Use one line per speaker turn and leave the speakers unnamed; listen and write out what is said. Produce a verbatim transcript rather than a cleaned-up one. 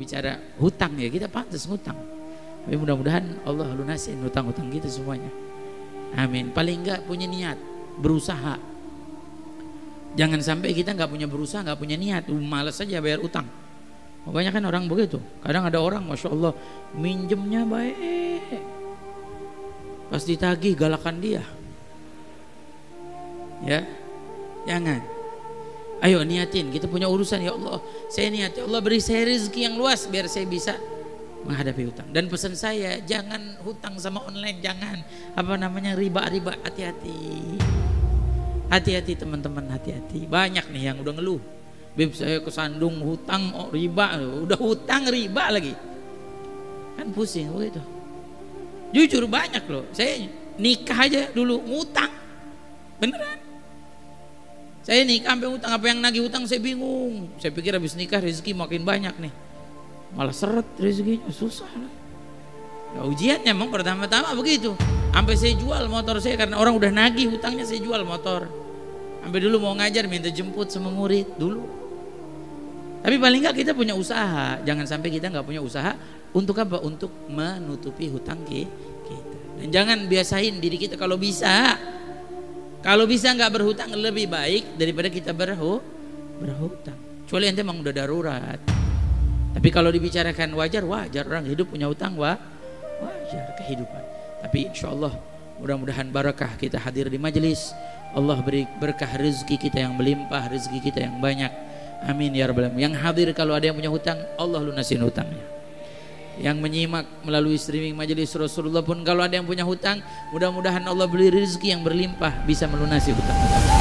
bicara hutang ya, kita pantas hutang. Tapi mudah-mudahan Allah lunasin hutang-hutang kita semuanya. Amin. Paling enggak punya niat, berusaha. Jangan sampai kita nggak punya berusaha, nggak punya niat, malas saja bayar utang. Makanya kan orang begitu. Kadang ada orang, masya Allah, minjemnya baik, pas ditagih galakan dia. Ya, jangan. Ayo niatin, kita punya urusan, ya Allah, saya niat, ya Allah beri saya rezeki yang luas biar saya bisa menghadapi hutang. Dan pesan saya, jangan hutang sama online, jangan apa namanya riba-riba, hati-hati. Hati-hati teman-teman, hati-hati. Banyak nih yang udah ngeluh, Beb saya kesandung hutang, oh, riba, udah hutang riba lagi, kan pusing begitu. Jujur banyak loh, saya nikah aja dulu ngutang, beneran. Saya nikah sampai hutang, apa yang nagih hutang saya bingung. Saya pikir habis nikah rezeki makin banyak nih, malah seret rezekinya, susah lah. Ya, ujiannya memang pertama-tama begitu. Sampai saya jual motor saya karena orang udah nagih hutangnya, saya jual motor. Sampai dulu mau ngajar minta jemput sama murid dulu. Tapi paling nggak kita punya usaha. Jangan sampai kita nggak punya usaha. Untuk apa? Untuk menutupi hutang kita. Dan jangan biasain diri kita kalau bisa. Kalau bisa nggak berhutang lebih baik daripada kita berhu berhutang. Kecuali ente emang udah darurat. Tapi kalau dibicarakan wajar, wajar orang hidup punya hutang, wah wajar kehidupan. Tapi insya Allah mudah-mudahan barakah kita hadir di majelis. Allah beri berkah rezeki kita yang melimpah, rezeki kita yang banyak. Amin ya rabbal alamin. Yang hadir kalau ada yang punya hutang, Allah lunasin hutangnya. Yang menyimak melalui streaming majelis Rasulullah pun kalau ada yang punya hutang, mudah-mudahan Allah beri rezeki yang berlimpah bisa melunasi hutang.